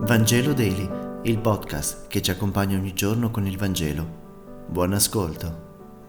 Vangelo Daily, il podcast che ci accompagna ogni giorno con il Vangelo. Buon ascolto.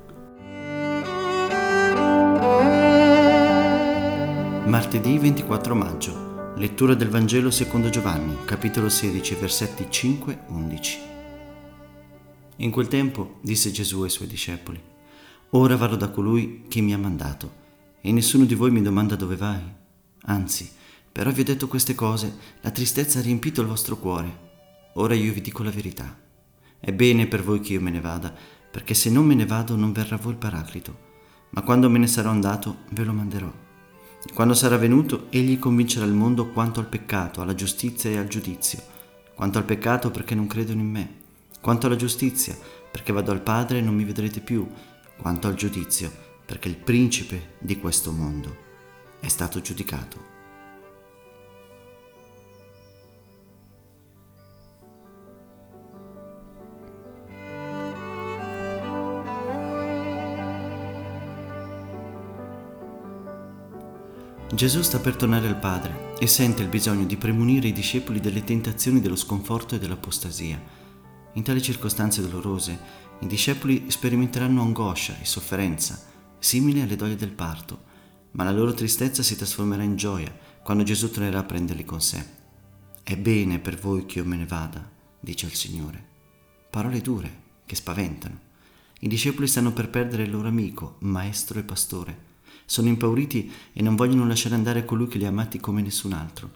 Martedì 24 maggio. Lettura del Vangelo secondo Giovanni, capitolo 16, versetti 5-11. In quel tempo disse Gesù ai suoi discepoli: Ora vado da colui che mi ha mandato, e nessuno di voi mi domanda dove vai. Anzi, però vi ho detto queste cose, la tristezza ha riempito il vostro cuore. Ora io vi dico la verità. È bene per voi che io me ne vada, perché se non me ne vado non verrà a voi il Paraclito. Ma quando me ne sarò andato, ve lo manderò. E quando sarà venuto, egli convincerà il mondo quanto al peccato, alla giustizia e al giudizio. Quanto al peccato, perché non credono in me. Quanto alla giustizia, perché vado al Padre e non mi vedrete più. Quanto al giudizio, perché il principe di questo mondo è stato giudicato. Gesù sta per tornare al Padre e sente il bisogno di premunire i discepoli delle tentazioni dello sconforto e dell'apostasia. In tali circostanze dolorose, i discepoli sperimenteranno angoscia e sofferenza, simili alle doglie del parto, ma la loro tristezza si trasformerà in gioia quando Gesù tornerà a prenderli con sé. È bene per voi che io me ne vada, dice il Signore. Parole dure, che spaventano. I discepoli stanno per perdere il loro amico, maestro e pastore. Sono impauriti e non vogliono lasciare andare colui che li ha amati come nessun altro.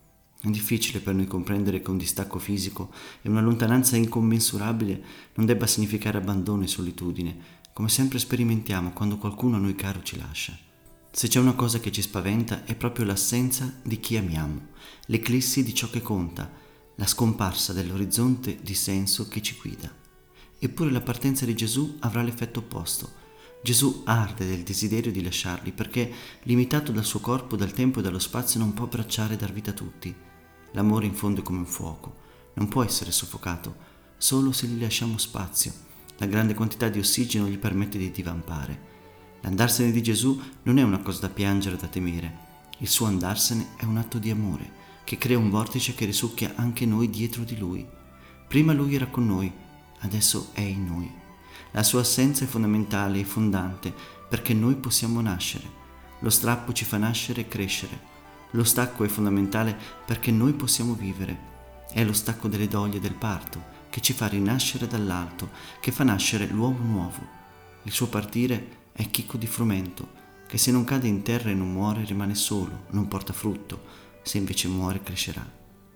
È difficile per noi comprendere che un distacco fisico e una lontananza incommensurabile non debba significare abbandono e solitudine, come sempre sperimentiamo quando qualcuno a noi caro ci lascia. Se c'è una cosa che ci spaventa è proprio l'assenza di chi amiamo, l'eclissi di ciò che conta, la scomparsa dell'orizzonte di senso che ci guida. Eppure la partenza di Gesù avrà l'effetto opposto. Gesù arde del desiderio di lasciarli perché, limitato dal suo corpo, dal tempo e dallo spazio, non può abbracciare e dar vita a tutti. L'amore infonde come un fuoco, non può essere soffocato, solo se gli lasciamo spazio. La grande quantità di ossigeno gli permette di divampare. L'andarsene di Gesù non è una cosa da piangere o da temere. Il suo andarsene è un atto di amore che crea un vortice che risucchia anche noi dietro di lui. Prima lui era con noi, adesso è in noi. La sua assenza è fondamentale e fondante perché noi possiamo nascere. Lo strappo ci fa nascere e crescere. Lo stacco è fondamentale perché noi possiamo vivere. È lo stacco delle doglie del parto che ci fa rinascere dall'alto, che fa nascere l'uomo nuovo. Il suo partire è chicco di frumento, che se non cade in terra e non muore rimane solo, non porta frutto, se invece muore crescerà.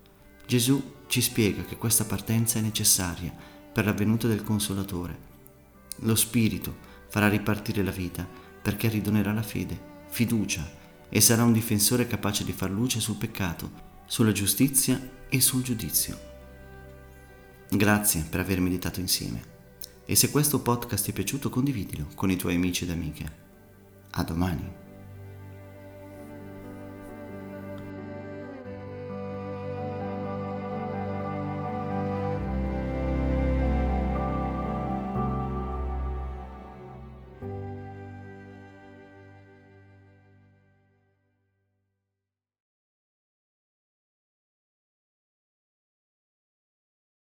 Gesù ci spiega che questa partenza è necessaria per la venuta del Consolatore. Lo Spirito farà ripartire la vita perché ridonerà la fede, fiducia e sarà un difensore capace di far luce sul peccato, sulla giustizia e sul giudizio. Grazie per aver meditato insieme e se questo podcast ti è piaciuto condividilo con i tuoi amici ed amiche. A domani.